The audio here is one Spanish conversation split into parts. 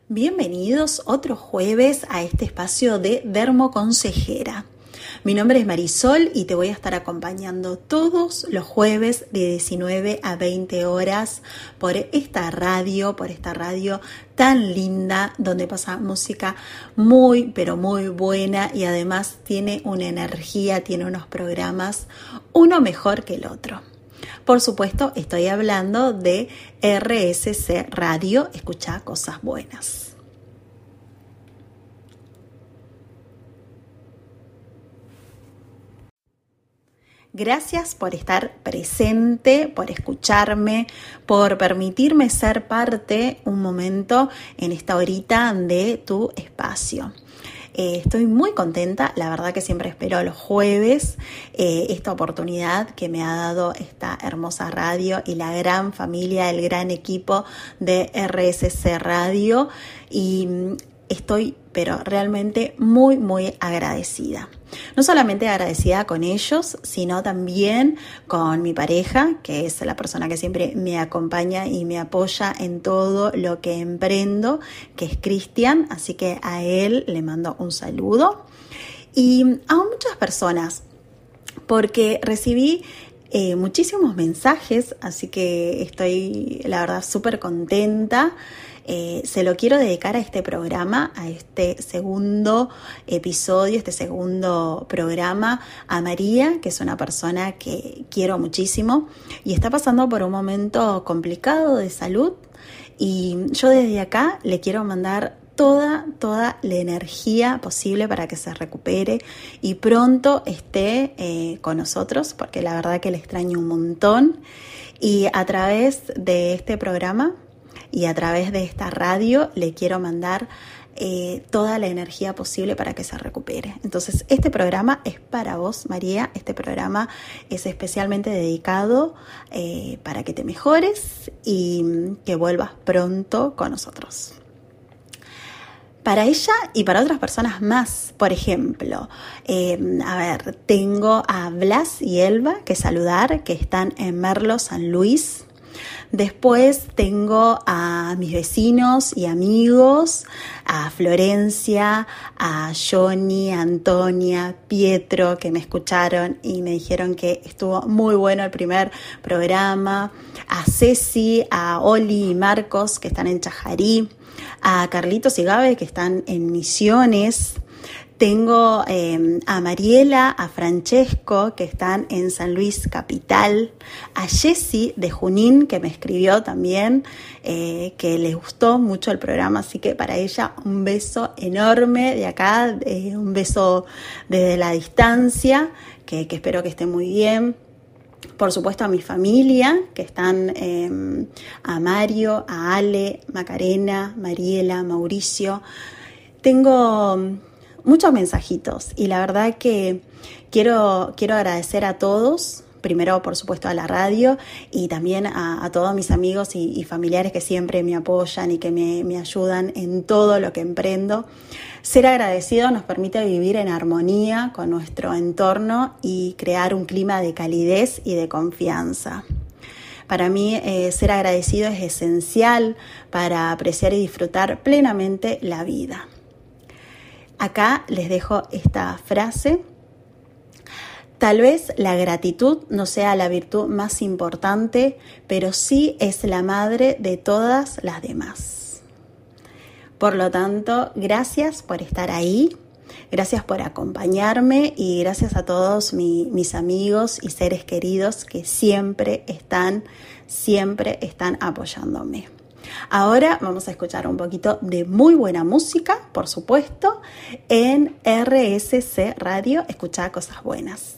Bienvenidos otro jueves a este espacio de Dermoconsejera. Mi nombre es Marisol y te voy a estar acompañando todos los jueves de 19 a 20 horas por esta radio tan linda donde pasa música muy pero muy buena y además tiene una energía, tiene unos programas, uno mejor que el otro. Por supuesto, estoy hablando de RSC Radio, escucha cosas buenas. Gracias por estar presente, por escucharme, por permitirme ser parte un momento en esta horita de tu espacio. Estoy muy contenta, la verdad que siempre espero los jueves esta oportunidad que me ha dado esta hermosa radio y la gran familia, el gran equipo de RSC Radio y estoy pero realmente muy agradecida. No solamente agradecida con ellos, sino también con mi pareja, que es la persona que siempre me acompaña y me apoya en todo lo que emprendo, que es Cristian, así que a él le mando un saludo. Y a muchas personas, porque recibí muchísimos mensajes, así que estoy la verdad súper contenta. Se lo quiero dedicar a este programa, a este segundo episodio, este segundo programa, a María, que es una persona que quiero muchísimo y está pasando por un momento complicado de salud y yo desde acá le quiero mandar toda la energía posible para que se recupere y pronto esté con nosotros, porque la verdad que le extraño un montón y a través de este programa y a través de esta radio le quiero mandar toda la energía posible para que se recupere. Entonces, este programa es para vos, María. Este programa es especialmente dedicado para que te mejores y que vuelvas pronto con nosotros. Para ella y para otras personas más, por ejemplo, tengo a Blas y Elba que saludar, que están en Merlo, San Luis. Después tengo a mis vecinos y amigos, a Florencia, a Johnny, a Antonia, Pietro, que me escucharon y me dijeron que estuvo muy bueno el primer programa, a Ceci, a Oli y Marcos, que están en Chajarí, a Carlitos y Gabe, que están en Misiones. Tengo a Mariela, a Francesco, que están en San Luis Capital, a Jessy de Junín, que me escribió también, que les gustó mucho el programa, así que para ella un beso enorme de acá, un beso desde la distancia, que espero que esté muy bien. Por supuesto a mi familia, que están a Mario, a Ale, Macarena, Mariela, Mauricio. Tengo muchos mensajitos y la verdad que quiero agradecer a todos, primero por supuesto a la radio y también a todos mis amigos y familiares que siempre me apoyan y que me ayudan en todo lo que emprendo. Ser agradecido nos permite vivir en armonía con nuestro entorno y crear un clima de calidez y de confianza. Para mí ser agradecido es esencial para apreciar y disfrutar plenamente la vida. Acá les dejo esta frase. Tal vez la gratitud no sea la virtud más importante, pero sí es la madre de todas las demás. Por lo tanto, gracias por estar ahí, gracias por acompañarme y gracias a todos mis amigos y seres queridos que siempre están apoyándome. Ahora vamos a escuchar un poquito de muy buena música, por supuesto, en RSC Radio, escuchá cosas buenas.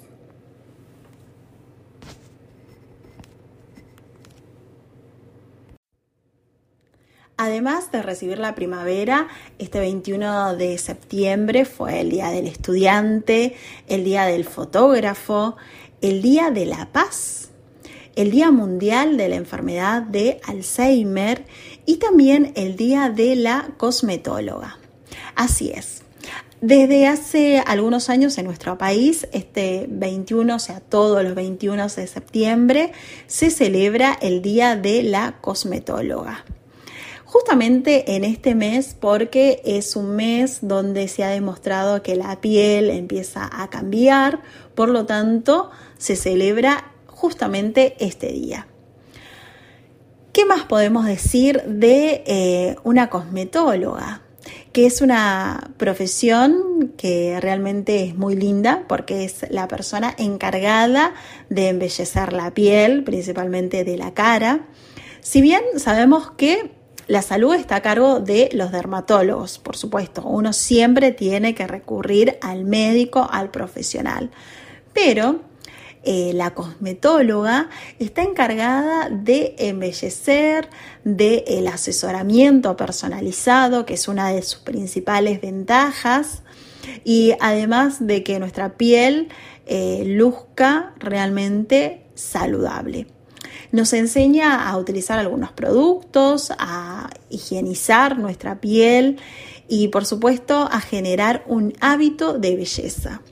Además de recibir la primavera, este 21 de septiembre fue el Día del Estudiante, el Día del Fotógrafo, el Día de la Paz, el Día Mundial de la Enfermedad de Alzheimer y también el Día de la Cosmetóloga. Así es. Desde hace algunos años en nuestro país, este 21, o sea, todos los 21 de septiembre, se celebra el Día de la Cosmetóloga. justamente en este mes porque es un mes donde se ha demostrado que la piel empieza a cambiar, por lo tanto se celebra justamente este día. ¿Qué más podemos decir de una cosmetóloga? Que es una profesión que realmente es muy linda porque es la persona encargada de embellecer la piel, principalmente de la cara. Si bien sabemos que la salud está a cargo de los dermatólogos, por supuesto, uno siempre tiene que recurrir al médico, al profesional, pero la cosmetóloga está encargada de embellecer, del asesoramiento personalizado, que es una de sus principales ventajas, y además de que nuestra piel luzca realmente saludable. Nos enseña a utilizar algunos productos, a higienizar nuestra piel y, por supuesto, a generar un hábito de belleza.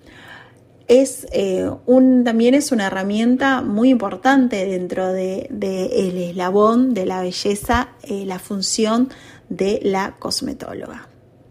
También es una herramienta muy importante dentro del eslabón de la belleza, la función de la cosmetóloga.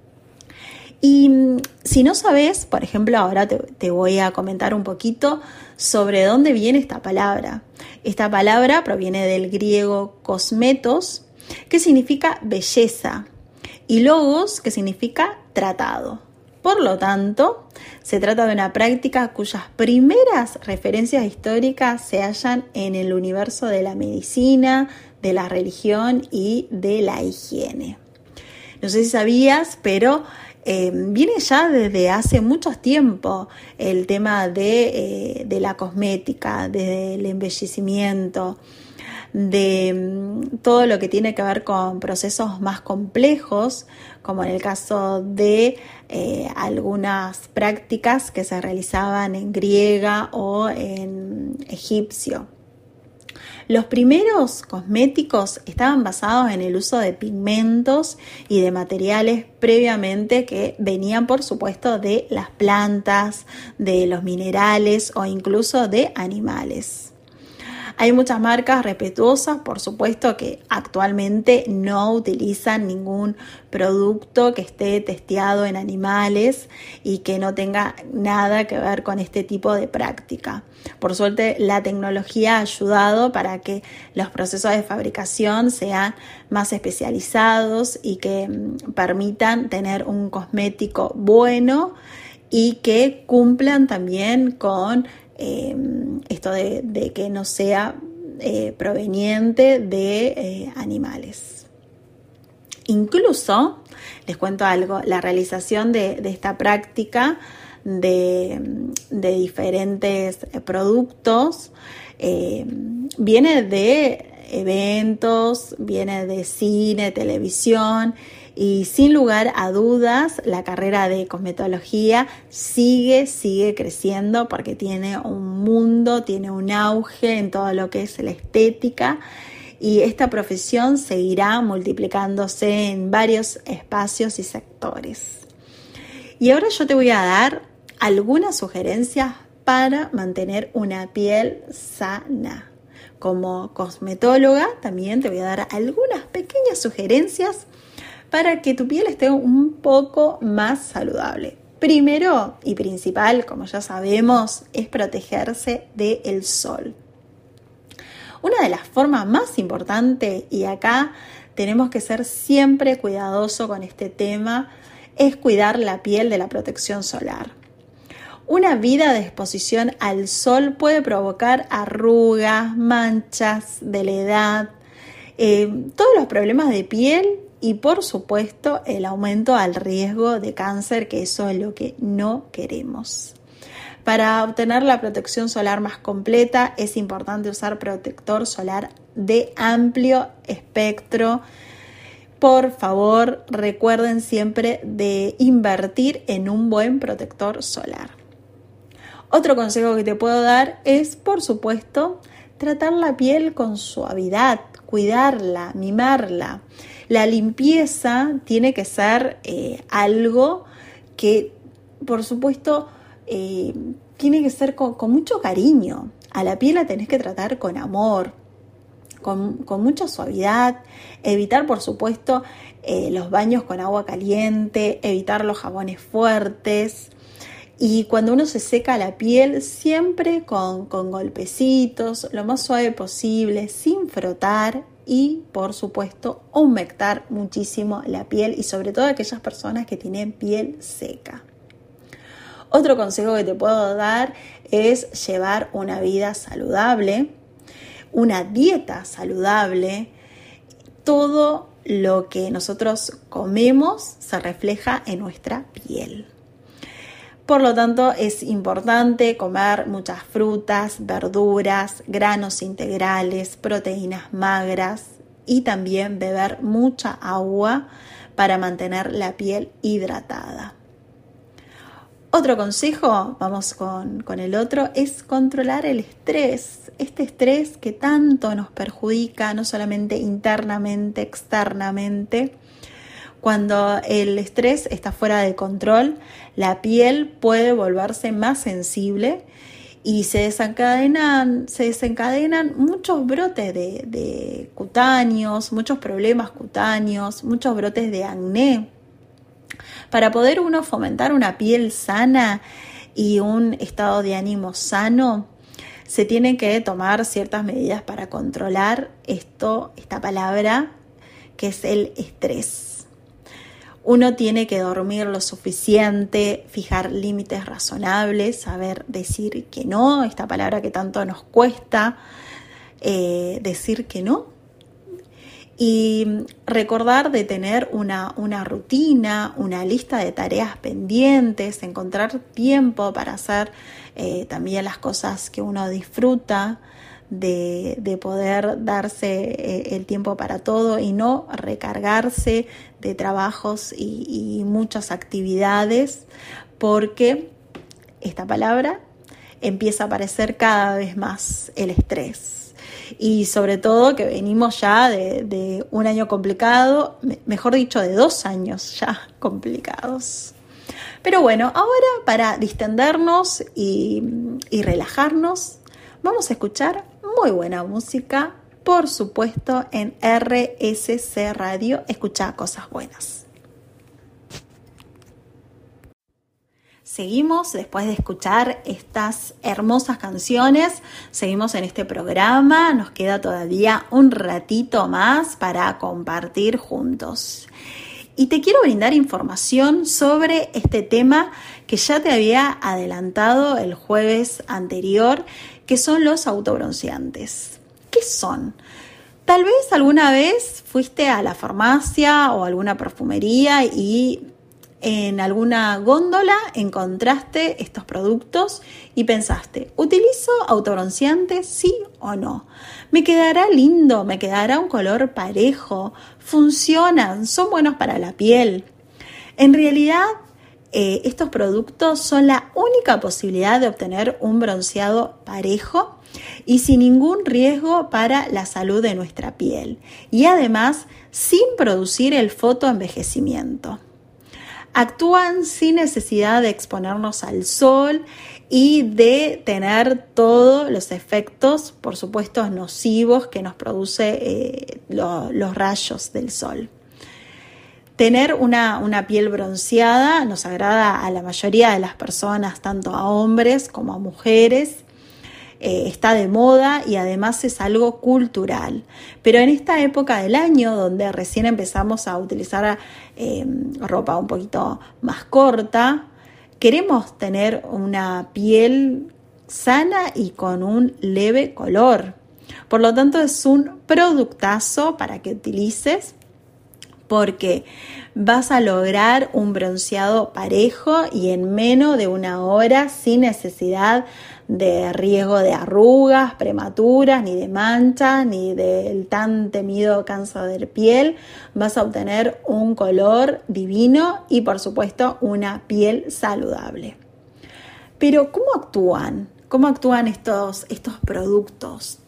Y si no sabes, por ejemplo, ahora te voy a comentar un poquito sobre dónde viene esta palabra. Esta palabra proviene del griego kosmetos, que significa belleza, y logos, que significa tratado. Por lo tanto, se trata de una práctica cuyas primeras referencias históricas se hallan en el universo de la medicina, de la religión y de la higiene. No sé si sabías, pero viene ya desde hace mucho tiempo el tema de la cosmética, del embellecimiento, de todo lo que tiene que ver con procesos más complejos, como en el caso de algunas prácticas que se realizaban en griega o en egipcio. Los primeros cosméticos estaban basados en el uso de pigmentos y de materiales previamente que venían, por supuesto, de las plantas, de los minerales o incluso de animales. Hay muchas marcas respetuosas, por supuesto, que actualmente no utilizan ningún producto que esté testeado en animales y que no tenga nada que ver con este tipo de práctica. Por suerte, la tecnología ha ayudado para que los procesos de fabricación sean más especializados y que permitan tener un cosmético bueno y que cumplan también con esto de que no sea proveniente de animales. Incluso, les cuento algo, la realización de esta práctica de diferentes productos viene de eventos, viene de cine, televisión, y sin lugar a dudas la carrera de cosmetología sigue creciendo porque tiene un mundo, tiene un auge en todo lo que es la estética, y esta profesión seguirá multiplicándose en varios espacios y sectores. Y ahora yo te voy a dar algunas sugerencias para mantener una piel sana. Como cosmetóloga también te voy a dar algunas pequeñas sugerencias para que tu piel esté un poco más saludable. Primero y principal, como ya sabemos, es protegerse del sol. Una de las formas más importantes, y acá tenemos que ser siempre cuidadosos con este tema, es cuidar la piel de la protección solar. Una vida de exposición al sol puede provocar arrugas, manchas de la edad, todos los problemas de piel y, por supuesto, el aumento al riesgo de cáncer, que eso es lo que no queremos. Para obtener la protección solar más completa es importante usar protector solar de amplio espectro. Por favor, recuerden siempre de invertir en un buen protector solar. Otro consejo que te puedo dar es, por supuesto, tratar la piel con suavidad, cuidarla, mimarla. La limpieza tiene que ser algo que, por supuesto, tiene que ser con mucho cariño. A la piel la tenés que tratar con amor, con mucha suavidad, evitar por supuesto los baños con agua caliente, evitar los jabones fuertes. Y cuando uno se seca la piel, siempre con golpecitos, lo más suave posible, sin frotar y, por supuesto, humectar muchísimo la piel y sobre todo aquellas personas que tienen piel seca. Otro consejo que te puedo dar es llevar una vida saludable, una dieta saludable. Todo lo que nosotros comemos se refleja en nuestra piel. Por lo tanto, es importante comer muchas frutas, verduras, granos integrales, proteínas magras y también beber mucha agua para mantener la piel hidratada. Otro consejo, vamos con el otro, es controlar el estrés. Este estrés que tanto nos perjudica, no solamente internamente, externamente. Cuando el estrés está fuera de control, la piel puede volverse más sensible y se desencadenan muchos brotes de cutáneos, muchos problemas cutáneos, muchos brotes de acné. Para poder uno fomentar una piel sana y un estado de ánimo sano, se tienen que tomar ciertas medidas para controlar esta palabra que es el estrés. Uno tiene que dormir lo suficiente, fijar límites razonables, saber decir que no, esta palabra que tanto nos cuesta decir que no. Y recordar de tener una rutina, una lista de tareas pendientes, encontrar tiempo para hacer también las cosas que uno disfruta, de poder darse el tiempo para todo y no recargarse de trabajos y muchas actividades, porque esta palabra empieza a aparecer cada vez más, el estrés. Y sobre todo que venimos ya de un año complicado, mejor dicho, de 2 años ya complicados. Pero bueno, ahora para distendernos y relajarnos, vamos a escuchar muy buena música, por supuesto, en RSC Radio. Escucha cosas buenas. Seguimos, después de escuchar estas hermosas canciones, seguimos en este programa. Nos queda todavía un ratito más para compartir juntos. Y te quiero brindar información sobre este tema que ya te había adelantado el jueves anterior, que son los autobronceantes. ¿Qué son? Tal vez alguna vez fuiste a la farmacia o a alguna perfumería y en alguna góndola encontraste estos productos y pensaste, ¿utilizo autobronceante sí o no? ¿Me quedará lindo? ¿Me quedará un color parejo? ¿Funcionan? ¿Son buenos para la piel? En realidad, estos productos son la única posibilidad de obtener un bronceado parejo y sin ningún riesgo para la salud de nuestra piel. Y además, sin producir el fotoenvejecimiento. Actúan sin necesidad de exponernos al sol y de tener todos los efectos, por supuesto, nocivos que nos produce los rayos del sol. Tener una piel bronceada nos agrada a la mayoría de las personas, tanto a hombres como a mujeres. Está de moda y además es algo cultural. Pero en esta época del año, donde recién empezamos a utilizar ropa un poquito más corta, queremos tener una piel sana y con un leve color. Por lo tanto, es un productazo para que utilices, porque vas a lograr un bronceado parejo y en menos de 1 hora, sin necesidad de riesgo de arrugas prematuras, ni de manchas, ni del tan temido cáncer de piel. Vas a obtener un color divino y, por supuesto, una piel saludable. Pero, ¿cómo actúan? ¿Cómo actúan estos productos?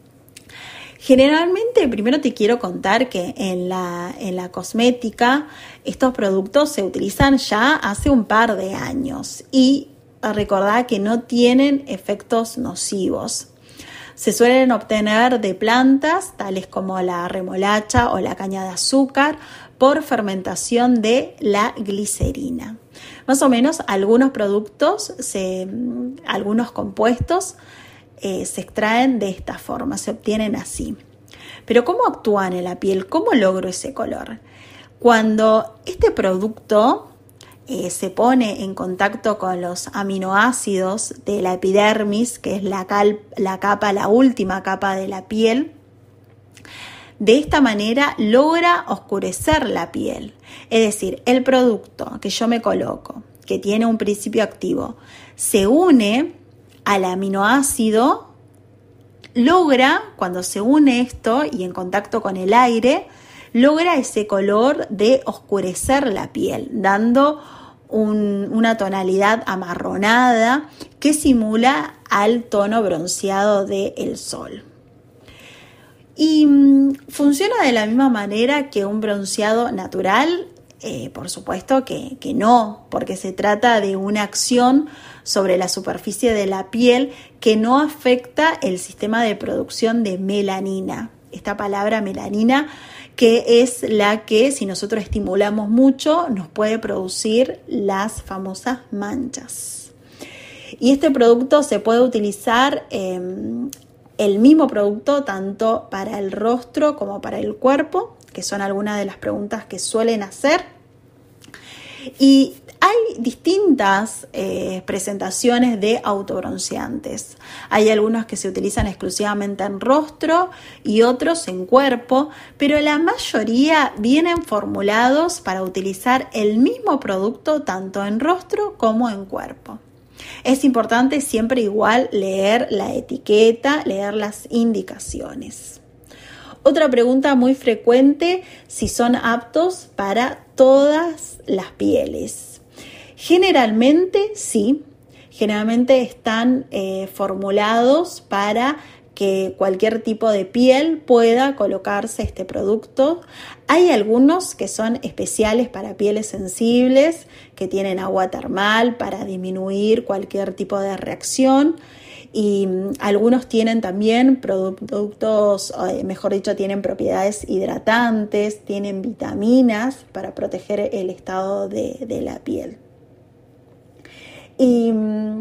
Generalmente, primero te quiero contar que en la cosmética estos productos se utilizan ya hace un par de años y recordá que no tienen efectos nocivos. Se suelen obtener de plantas tales como la remolacha o la caña de azúcar por fermentación de la glicerina. Más o menos algunos productos, algunos compuestos se extraen de esta forma, se obtienen así. Pero ¿cómo actúan en la piel? ¿Cómo logro ese color? Cuando este producto se pone en contacto con los aminoácidos de la epidermis, que es la última capa de la piel, de esta manera logra oscurecer la piel. Es decir, el producto que yo me coloco, que tiene un principio activo, se une al aminoácido, cuando se une esto y en contacto con el aire, logra ese color de oscurecer la piel, dando una tonalidad amarronada que simula al tono bronceado del sol. Y funciona de la misma manera que un bronceado natural. Por supuesto que no, porque se trata de una acción sobre la superficie de la piel que no afecta el sistema de producción de melanina. Esta palabra melanina, que es la que, si nosotros estimulamos mucho, nos puede producir las famosas manchas. Y este producto se puede utilizar, el mismo producto, tanto para el rostro como para el cuerpo, que son algunas de las preguntas que suelen hacer. Y hay distintas presentaciones de autobronceantes. Hay algunos que se utilizan exclusivamente en rostro y otros en cuerpo, pero la mayoría vienen formulados para utilizar el mismo producto tanto en rostro como en cuerpo. Es importante siempre igual leer la etiqueta, leer las indicaciones. Otra pregunta muy frecuente, si son aptos para todas las pieles. Generalmente sí, generalmente están formulados para que cualquier tipo de piel pueda colocarse este producto. Hay algunos que son especiales para pieles sensibles, que tienen agua termal para disminuir cualquier tipo de reacción. Y algunos tienen también productos, mejor dicho, tienen propiedades hidratantes, tienen vitaminas para proteger el estado de la piel. Y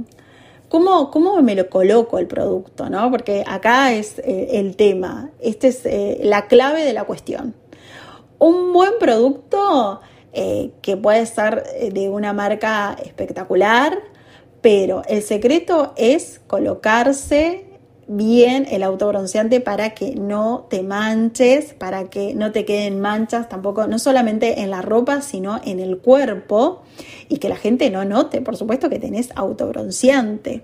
¿cómo me lo coloco el producto, ¿no? Porque acá es el tema, esta es la clave de la cuestión. Un buen producto que puede ser de una marca espectacular, pero el secreto es colocarse bien el autobronceante para que no te manches, para que no te queden manchas tampoco, no solamente en la ropa, sino en el cuerpo, y que la gente no note, por supuesto, que tenés autobronceante.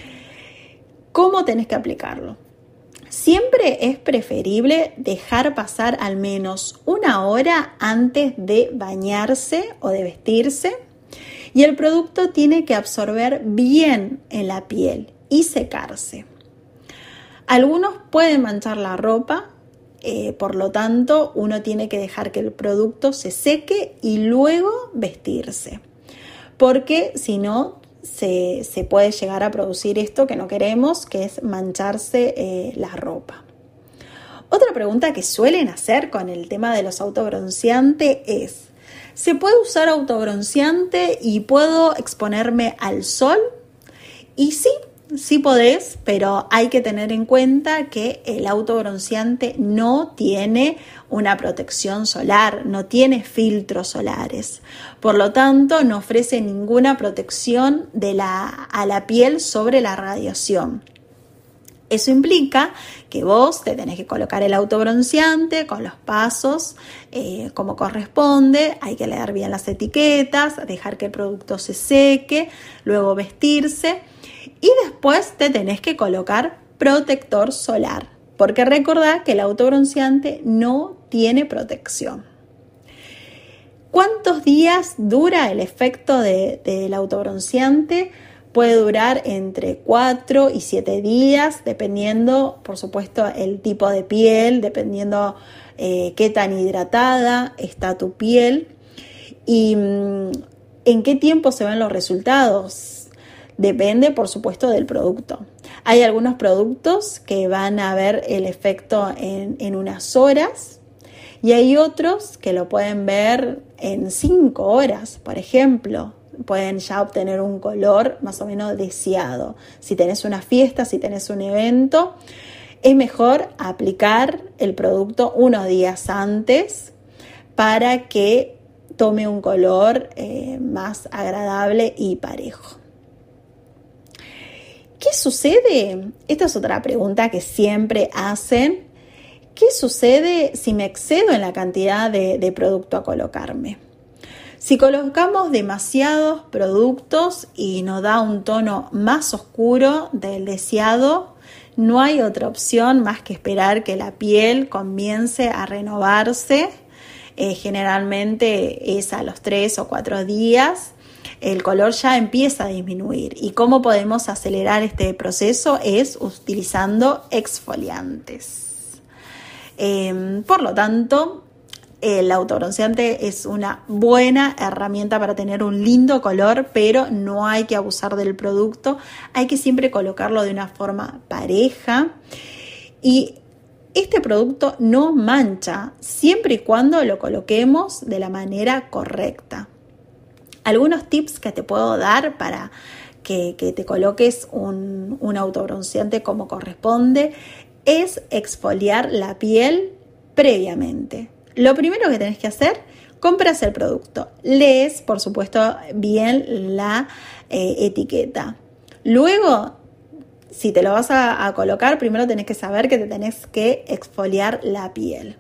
¿Cómo tenés que aplicarlo? Siempre es preferible dejar pasar al menos 1 hora antes de bañarse o de vestirse. Y el producto tiene que absorber bien en la piel y secarse. Algunos pueden manchar la ropa, por lo tanto uno tiene que dejar que el producto se seque y luego vestirse. Porque si no se puede llegar a producir esto que no queremos, que es mancharse la ropa. Otra pregunta que suelen hacer con el tema de los autobronceantes es: ¿se puede usar autobronceante y puedo exponerme al sol? Y sí podés, pero hay que tener en cuenta que el autobronceante no tiene una protección solar, no tiene filtros solares. Por lo tanto, no ofrece ninguna protección a la piel sobre la radiación. Eso implica que vos te tenés que colocar el autobronceante con los pasos como corresponde. Hay que leer bien las etiquetas, dejar que el producto se seque, luego vestirse y después te tenés que colocar protector solar, porque recordá que el autobronceante no tiene protección. ¿Cuántos días dura el efecto del autobronceante? Puede durar entre 4 y 7 días, dependiendo, por supuesto, el tipo de piel, dependiendo qué tan hidratada está tu piel y en qué tiempo se ven los resultados. Depende, por supuesto, del producto. Hay algunos productos que van a ver el efecto en unas horas y hay otros que lo pueden ver en 5 horas, por ejemplo. Pueden ya obtener un color más o menos deseado. Si tenés una fiesta, si tenés un evento, es mejor aplicar el producto unos días antes para que tome un color más agradable y parejo. ¿Qué sucede? Esta es otra pregunta que siempre hacen. ¿Qué sucede si me excedo en la cantidad de producto a colocarme? Si colocamos demasiados productos y nos da un tono más oscuro del deseado, no hay otra opción más que esperar que la piel comience a renovarse. Generalmente es a los 3 o 4 días. El color ya empieza a disminuir. ¿Y cómo podemos acelerar este proceso? Es utilizando exfoliantes. Por lo tanto, el autobronceante es una buena herramienta para tener un lindo color, pero no hay que abusar del producto. Hay que siempre colocarlo de una forma pareja. Y este producto no mancha siempre y cuando lo coloquemos de la manera correcta. Algunos tips que te puedo dar para que te coloques un autobronceante como corresponde es exfoliar la piel previamente. Lo primero que tenés que hacer, compras el producto, lees por supuesto bien la etiqueta. Luego, si te lo vas a colocar, primero tenés que saber que te tenés que exfoliar la piel.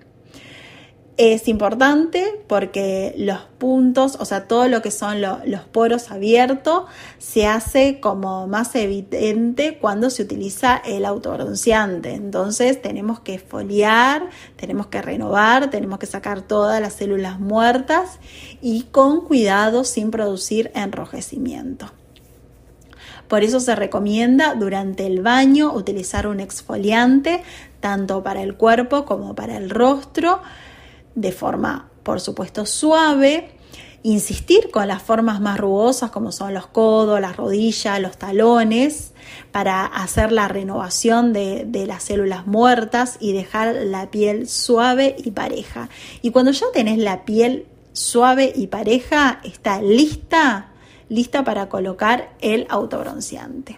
Es importante porque los puntos, o sea, todo lo que son los poros abiertos, se hace como más evidente cuando se utiliza el autobronceante. Entonces tenemos que exfoliar, tenemos que renovar, tenemos que sacar todas las células muertas y con cuidado sin producir enrojecimiento. Por eso se recomienda durante el baño utilizar un exfoliante tanto para el cuerpo como para el rostro, de forma, por supuesto, suave. Insistir con las formas más rugosas como son los codos, las rodillas, los talones, para hacer la renovación de las células muertas y dejar la piel suave y pareja. Y cuando ya tenés la piel suave y pareja, está lista para colocar el autobronceante.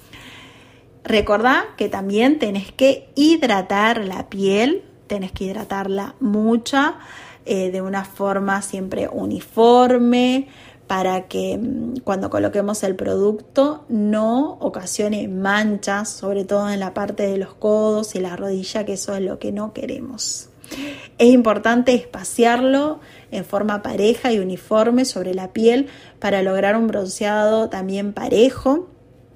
Recordá que también tenés que hidratar la piel, tenés que hidratarla mucha, de una forma siempre uniforme, para que cuando coloquemos el producto no ocasione manchas, sobre todo en la parte de los codos y la rodilla, que eso es lo que no queremos. Es importante espaciarlo en forma pareja y uniforme sobre la piel para lograr un bronceado también parejo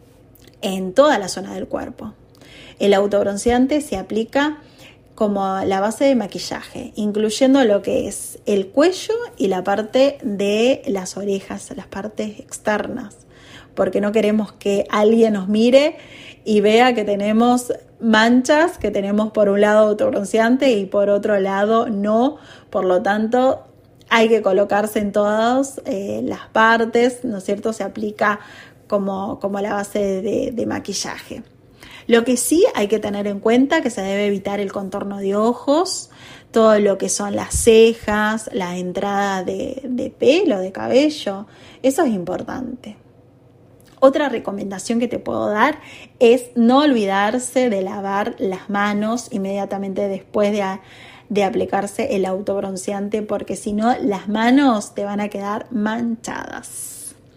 en toda la zona del cuerpo. El autobronceante se aplica como la base de maquillaje, incluyendo lo que es el cuello y la parte de las orejas, las partes externas, porque no queremos que alguien nos mire y vea que tenemos manchas, que tenemos por un lado autobronceante y por otro lado no. Por lo tanto, hay que colocarse en todas las partes, ¿no es cierto? Se aplica como la base de maquillaje. Lo que sí hay que tener en cuenta que se debe evitar el contorno de ojos, todo lo que son las cejas, la entrada de pelo, de cabello, eso es importante. Otra recomendación que te puedo dar es no olvidarse de lavar las manos inmediatamente después de aplicarse el autobronceante, porque si no las manos te van a quedar manchadas.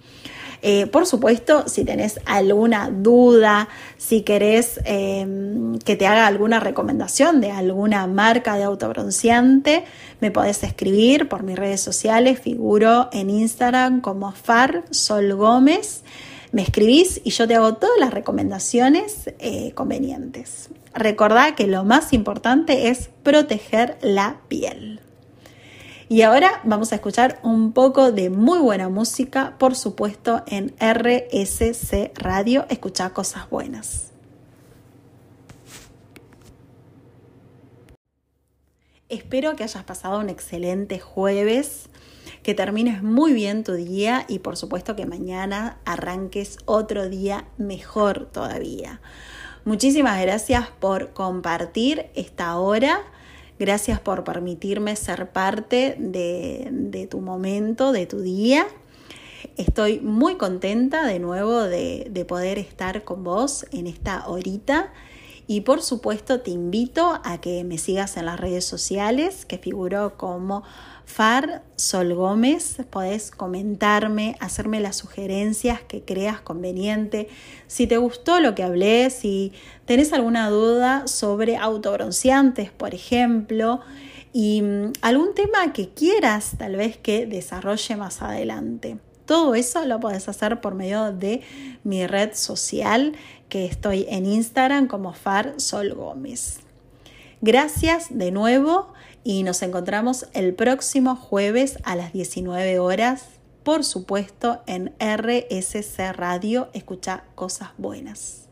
Por supuesto, si tenés alguna duda, si querés que te haga alguna recomendación de alguna marca de autobronceante, me podés escribir por mis redes sociales, figuro en Instagram como Far Sol Gómez. Me escribís y yo te hago todas las recomendaciones convenientes. Recordá que lo más importante es proteger la piel. Y ahora vamos a escuchar un poco de muy buena música, por supuesto, en RSC Radio. Escuchá cosas buenas. Espero que hayas pasado un excelente jueves, que termines muy bien tu día y por supuesto que mañana arranques otro día mejor todavía. Muchísimas gracias por compartir esta hora. Gracias por permitirme ser parte de tu momento, de tu día. Estoy muy contenta de nuevo de poder estar con vos en esta horita. Y por supuesto te invito a que me sigas en las redes sociales, que figuro como Far Sol Gómez. Podés comentarme, hacerme las sugerencias que creas conveniente. Si te gustó lo que hablé, si tenés alguna duda sobre autobronceantes, por ejemplo, y algún tema que quieras tal vez que desarrolle más adelante. Todo eso lo podés hacer por medio de mi red social, que estoy en Instagram como Far Sol Gómez. Gracias de nuevo y nos encontramos el próximo jueves a las 19 horas, por supuesto en RSC Radio. Escucha cosas buenas.